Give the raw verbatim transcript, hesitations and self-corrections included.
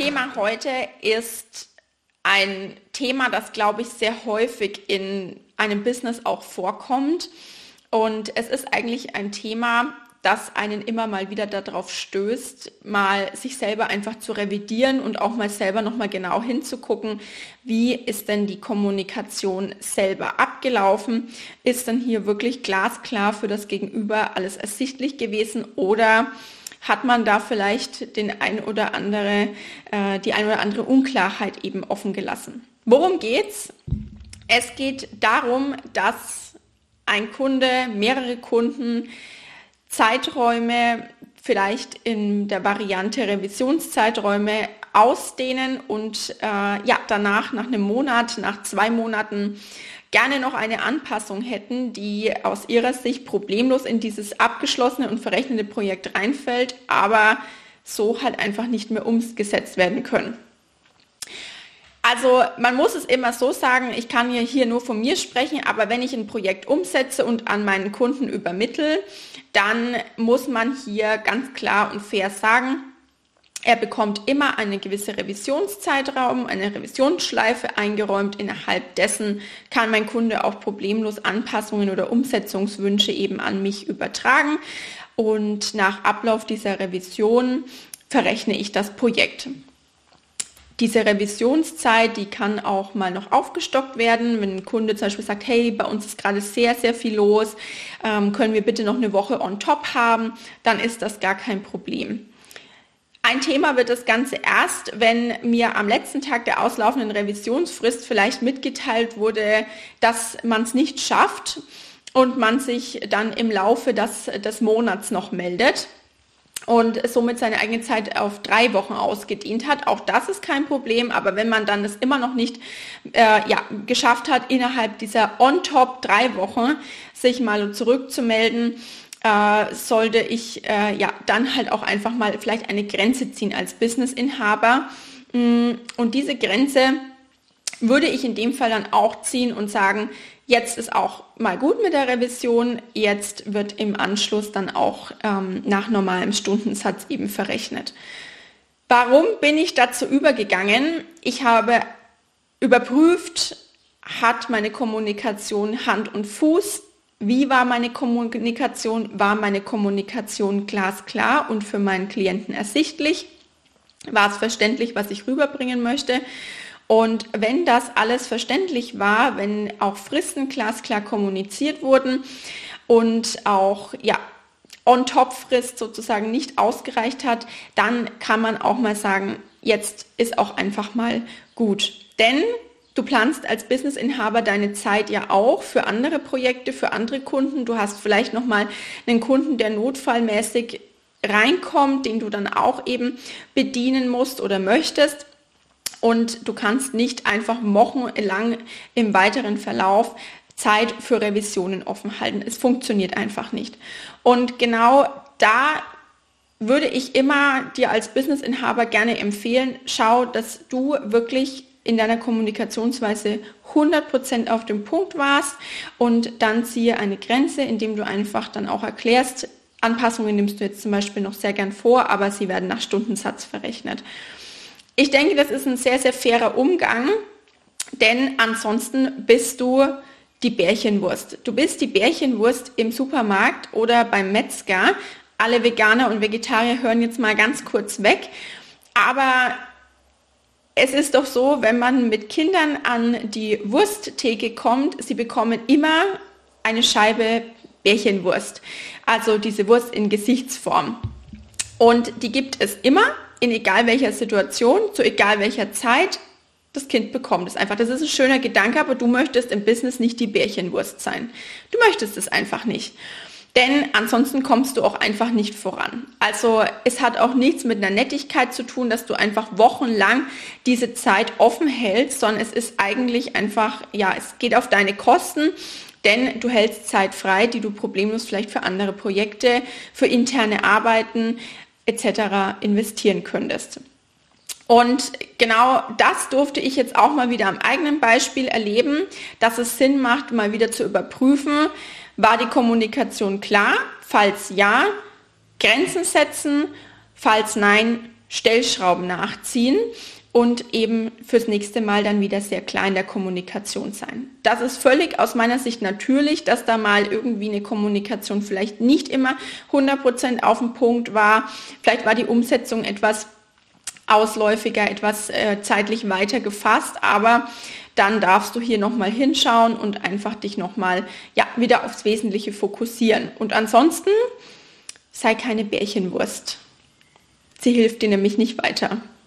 Thema heute ist ein Thema, das, glaube ich, sehr häufig in einem Business auch vorkommt. Und es ist eigentlich ein Thema, das einen immer mal wieder darauf stößt, mal sich selber einfach zu revidieren und auch mal selber nochmal genau hinzugucken, wie ist denn die Kommunikation selber abgelaufen? Ist denn hier wirklich glasklar für das Gegenüber alles ersichtlich gewesen oder hat man da vielleicht den ein oder andere, äh, die ein oder andere Unklarheit eben offen gelassen? Worum geht's? Es geht darum, dass ein Kunde, mehrere Kunden Zeiträume vielleicht in der Variante Revisionszeiträume ausdehnen und äh, ja danach nach einem Monat, nach zwei Monaten gerne noch eine Anpassung hätten, die aus ihrer Sicht problemlos in dieses abgeschlossene und verrechnete Projekt reinfällt, aber so halt einfach nicht mehr umgesetzt werden können. Also man muss es immer so sagen, ich kann ja hier nur von mir sprechen, aber wenn ich ein Projekt umsetze und an meinen Kunden übermittle, dann muss man hier ganz klar und fair sagen, er bekommt immer einen gewissen Revisionszeitraum, eine Revisionsschleife eingeräumt. Innerhalb dessen kann mein Kunde auch problemlos Anpassungen oder Umsetzungswünsche eben an mich übertragen. Und nach Ablauf dieser Revision verrechne ich das Projekt. Diese Revisionszeit, die kann auch mal noch aufgestockt werden. Wenn ein Kunde zum Beispiel sagt, hey, bei uns ist gerade sehr, sehr viel los, ähm, können wir bitte noch eine Woche on top haben, dann ist das gar kein Problem. Ein Thema wird das Ganze erst, wenn mir am letzten Tag der auslaufenden Revisionsfrist vielleicht mitgeteilt wurde, dass man es nicht schafft und man sich dann im Laufe des, des Monats noch meldet und somit seine eigene Zeit auf drei Wochen ausgedehnt hat. Auch das ist kein Problem, aber wenn man dann es immer noch nicht äh, ja, geschafft hat, innerhalb dieser on-top drei Wochen sich mal zurückzumelden, äh, sollte ich äh, ja dann halt auch einfach mal vielleicht eine Grenze ziehen als Businessinhaber. Und diese Grenze würde ich in dem Fall dann auch ziehen und sagen, jetzt ist auch mal gut mit der Revision, jetzt wird im Anschluss dann auch ähm, nach normalem Stundensatz eben verrechnet. Warum bin ich dazu übergegangen? Ich habe überprüft, hat meine Kommunikation Hand und Fuß? Wie war meine Kommunikation? War meine Kommunikation glasklar und für meinen Klienten ersichtlich? War es verständlich, was ich rüberbringen möchte? Und wenn das alles verständlich war, wenn auch Fristen glasklar kommuniziert wurden und auch ja, On-Top-Frist sozusagen nicht ausgereicht hat, dann kann man auch mal sagen, jetzt ist auch einfach mal gut. Denn du planst als Businessinhaber deine Zeit ja auch für andere Projekte, für andere Kunden. Du hast vielleicht nochmal einen Kunden, der notfallmäßig reinkommt, den du dann auch eben bedienen musst oder möchtest. Und du kannst nicht einfach wochenlang im weiteren Verlauf Zeit für Revisionen offen halten. Es funktioniert einfach nicht. Und genau da würde ich immer dir als Businessinhaber gerne empfehlen, schau, dass du wirklich in deiner Kommunikationsweise hundert Prozent auf dem Punkt warst und dann ziehe eine Grenze, indem du einfach dann auch erklärst, Anpassungen nimmst du jetzt zum Beispiel noch sehr gern vor, aber sie werden nach Stundensatz verrechnet. Ich denke, das ist ein sehr, sehr fairer Umgang, denn ansonsten bist du die Bärchenwurst. Du bist die Bärchenwurst im Supermarkt oder beim Metzger. Alle Veganer und Vegetarier hören jetzt mal ganz kurz weg, aber es ist doch so, wenn man mit Kindern an die Wursttheke kommt, sie bekommen immer eine Scheibe Bärchenwurst, also diese Wurst in Gesichtsform. Und die gibt es immer, in egal welcher Situation, zu egal welcher Zeit, das Kind bekommt es einfach. Das ist ein schöner Gedanke, aber du möchtest im Business nicht die Bärchenwurst sein. Du möchtest es einfach nicht. Denn ansonsten kommst du auch einfach nicht voran. Also es hat auch nichts mit einer Nettigkeit zu tun, dass du einfach wochenlang diese Zeit offen hältst, sondern es ist eigentlich einfach, ja, es geht auf deine Kosten, denn du hältst Zeit frei, die du problemlos vielleicht für andere Projekte, für interne Arbeiten et cetera investieren könntest. Und genau das durfte ich jetzt auch mal wieder am eigenen Beispiel erleben, dass es Sinn macht, mal wieder zu überprüfen, war die Kommunikation klar? Falls ja, Grenzen setzen. Falls nein, Stellschrauben nachziehen und eben fürs nächste Mal dann wieder sehr klar in der Kommunikation sein. Das ist völlig aus meiner Sicht natürlich, dass da mal irgendwie eine Kommunikation vielleicht nicht immer hundert Prozent auf den Punkt war. Vielleicht war die Umsetzung etwas ausläufiger, etwas äh, zeitlich weiter gefasst, aber dann darfst du hier nochmal hinschauen und einfach dich nochmal ja, wieder aufs Wesentliche fokussieren. Und ansonsten sei keine Bärchenwurst. Sie hilft dir nämlich nicht weiter.